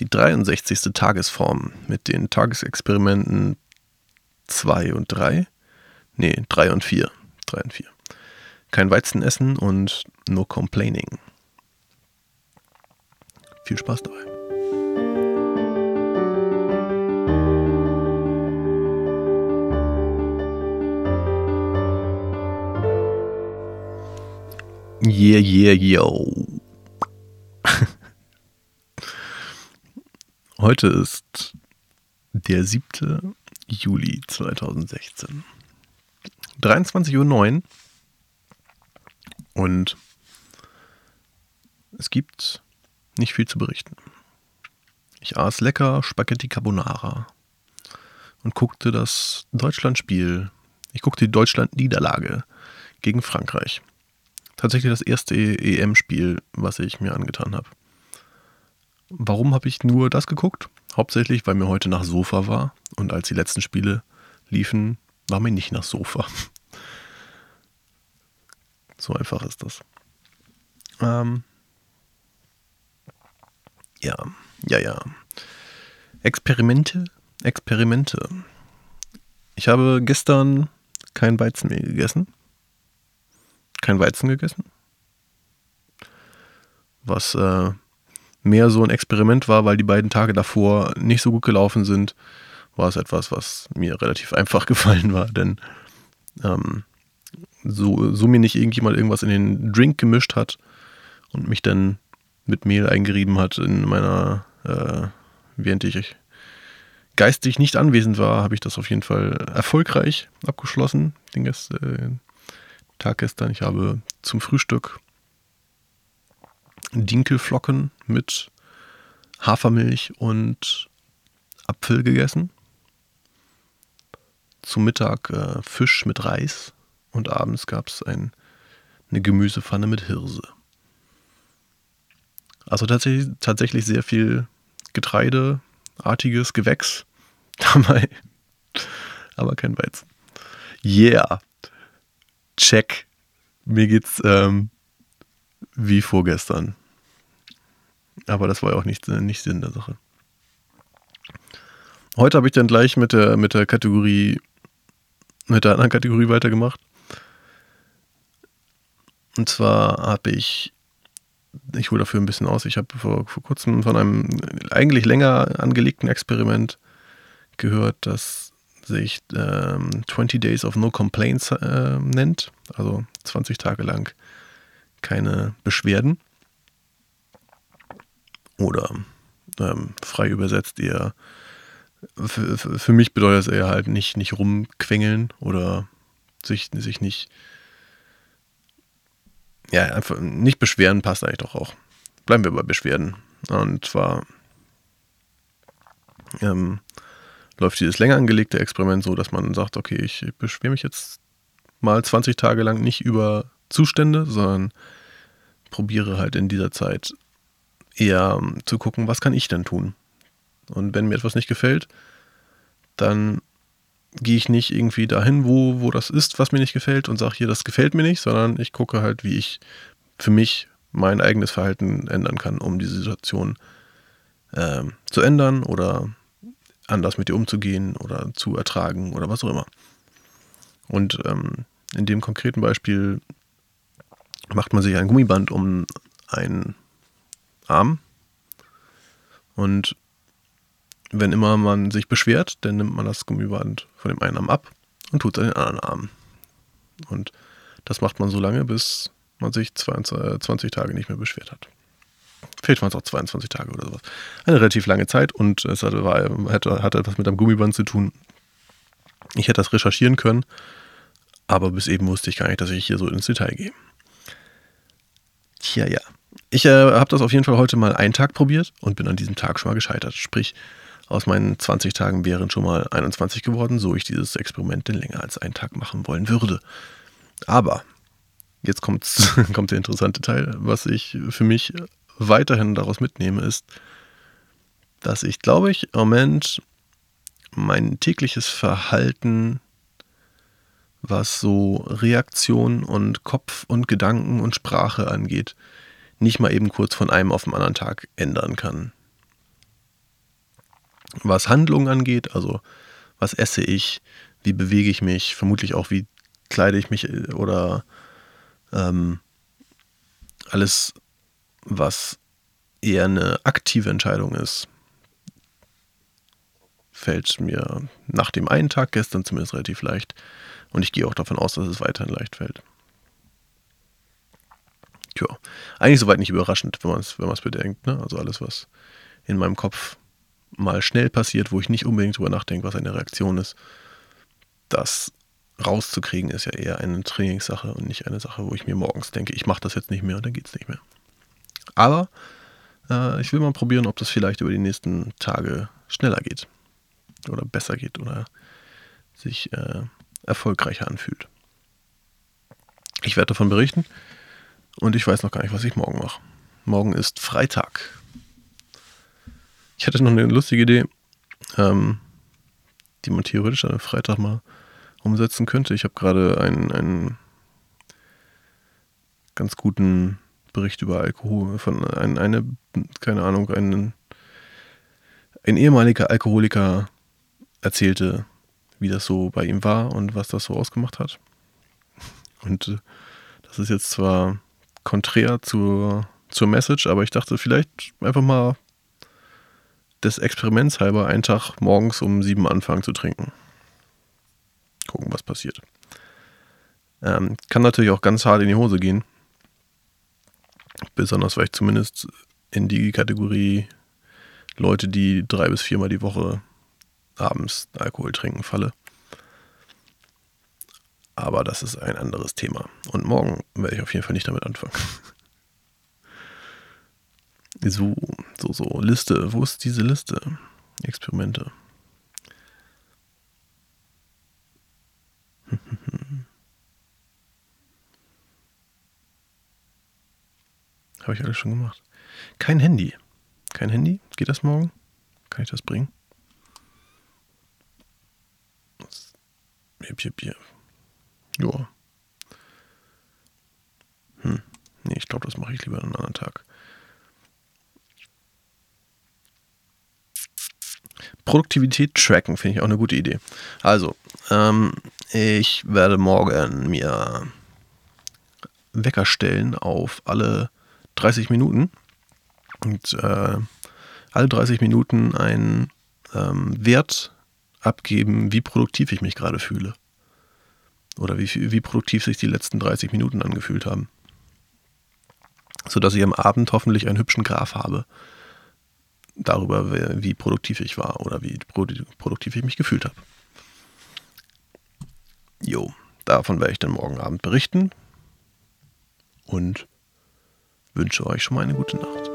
die 63. Tagesform mit den Tagesexperimenten 2 und 3. Nee, 3 und 4. 3 und 4. Kein Weizen essen und no complaining. Viel Spaß dabei. Yeah, yeah, yo. Heute ist der 7. Juli 2016. 23:09 Uhr und es gibt nicht viel zu berichten. Ich aß lecker Spaghetti Carbonara und guckte das Deutschlandspiel. Ich guckte die Deutschland-Niederlage gegen Frankreich. Tatsächlich das erste EM-Spiel, was ich mir angetan habe. Warum habe ich nur das geguckt? Hauptsächlich, weil mir heute nach Sofa war und als die letzten Spiele liefen, war mir nicht nach Sofa. So einfach ist das. Ja. Experimente. Ich habe gestern kein Weizenmehl gegessen. Kein Weizen gegessen. Was mehr so ein Experiment war, weil die beiden Tage davor nicht so gut gelaufen sind, war es etwas, was mir relativ einfach gefallen war, denn so mir nicht irgendjemand irgendwas in den Drink gemischt hat und mich dann mit Mehl eingerieben hat in meiner, während ich geistig nicht anwesend war, habe ich das auf jeden Fall erfolgreich abgeschlossen, den Tag gestern. Ich habe zum Frühstück Dinkelflocken mit Hafermilch und Apfel gegessen. Zum Mittag Fisch mit Reis und abends gab es eine Gemüsepfanne mit Hirse. Also tatsächlich sehr viel getreideartiges Gewächs dabei, aber kein Weizen. Yeah, check. Mir geht's wie vorgestern. Aber das war ja auch nicht Sinn der Sache. Heute habe ich dann gleich mit der anderen Kategorie weitergemacht. Und zwar habe ich hole dafür ein bisschen aus, ich habe vor kurzem von einem eigentlich länger angelegten Experiment gehört, das sich 20 Days of No Complaints nennt. Also 20 Tage lang keine Beschwerden. Oder frei übersetzt eher, für mich bedeutet es eher halt nicht rumquengeln oder sich nicht, ja, einfach nicht beschweren, passt eigentlich doch auch. Bleiben wir bei Beschwerden. Und zwar läuft dieses länger angelegte Experiment so, dass man sagt, okay, ich beschwere mich jetzt mal 20 Tage lang nicht über Zustände, sondern probiere halt in dieser Zeit eher zu gucken, was kann ich denn tun? Und wenn mir etwas nicht gefällt, dann gehe ich nicht irgendwie dahin, wo das ist, was mir nicht gefällt und sage hier, das gefällt mir nicht, sondern ich gucke halt, wie ich für mich mein eigenes Verhalten ändern kann, um diese Situation zu ändern oder anders mit ihr umzugehen oder zu ertragen oder was auch immer. Und in dem konkreten Beispiel macht man sich ein Gummiband um einen Arm und wenn immer man sich beschwert, dann nimmt man das Gummiband von dem einen Arm ab und tut es an den anderen Arm. Und das macht man so lange, bis man sich 20 Tage nicht mehr beschwert hat. Vielleicht waren es auch 22 Tage oder sowas. Eine relativ lange Zeit und es hatte etwas mit einem Gummiband zu tun. Ich hätte das recherchieren können, aber bis eben wusste ich gar nicht, dass ich hier so ins Detail gehe. Tja, ja. Ich habe das auf jeden Fall heute mal einen Tag probiert und bin an diesem Tag schon mal gescheitert. Sprich, aus meinen 20 Tagen wären schon mal 21 geworden, so ich dieses Experiment denn länger als einen Tag machen wollen würde. Aber jetzt kommt der interessante Teil. Was ich für mich weiterhin daraus mitnehme, ist, dass ich, glaube ich, im Moment mein tägliches Verhalten, was so Reaktion und Kopf und Gedanken und Sprache angeht, nicht mal eben kurz von einem auf den anderen Tag ändern kann. was Handlungen angeht, also was esse ich, wie bewege ich mich, vermutlich auch wie kleide ich mich oder alles, was eher eine aktive Entscheidung ist, fällt mir nach dem einen Tag gestern zumindest relativ leicht. Und ich gehe auch davon aus, dass es weiterhin leicht fällt. Tja, eigentlich soweit nicht überraschend, wenn man es bedenkt. Ne? Also alles, was in meinem Kopf mal schnell passiert, wo ich nicht unbedingt drüber nachdenke, was eine Reaktion ist, das rauszukriegen, ist ja eher eine Trainingssache und nicht eine Sache, wo ich mir morgens denke, ich mache das jetzt nicht mehr und dann geht es nicht mehr. Aber ich will mal probieren, ob das vielleicht über die nächsten Tage schneller geht oder besser geht oder sich erfolgreicher anfühlt. Ich werde davon berichten und ich weiß noch gar nicht, was ich morgen mache. Morgen ist Freitag. Ich hatte noch eine lustige Idee, die man theoretisch an einem Freitag mal umsetzen könnte. Ich habe gerade einen ganz guten Bericht über Alkohol von ein ehemaliger Alkoholiker erzählte, wie das so bei ihm war und was das so ausgemacht hat. Und das ist jetzt zwar konträr zur Message, aber ich dachte vielleicht einfach mal des Experiments halber einen Tag morgens um 7 anfangen zu trinken. Gucken, was passiert. Kann natürlich auch ganz hart in die Hose gehen. Besonders, weil ich zumindest in die Kategorie Leute, die 3 bis 4 Mal die Woche abends Alkohol trinken, falle. Aber das ist ein anderes Thema. Und morgen werde ich auf jeden Fall nicht damit anfangen. So, Liste. Wo ist diese Liste? Experimente. Habe ich alles schon gemacht. Kein Handy. Kein Handy? Geht das morgen? Kann ich das bringen? Joa. Nee, ich glaube, das mache ich lieber an einem anderen Tag. Produktivität tracken finde ich auch eine gute Idee. Also, ich werde morgen mir Wecker stellen auf alle 30 Minuten und alle 30 Minuten einen Wert abgeben, wie produktiv ich mich gerade fühle. Oder wie produktiv sich die letzten 30 Minuten angefühlt haben. Sodass ich am Abend hoffentlich einen hübschen Graph habe darüber, wie produktiv ich war oder wie produktiv ich mich gefühlt habe. Jo, davon werde ich dann morgen Abend berichten und wünsche euch schon mal eine gute Nacht.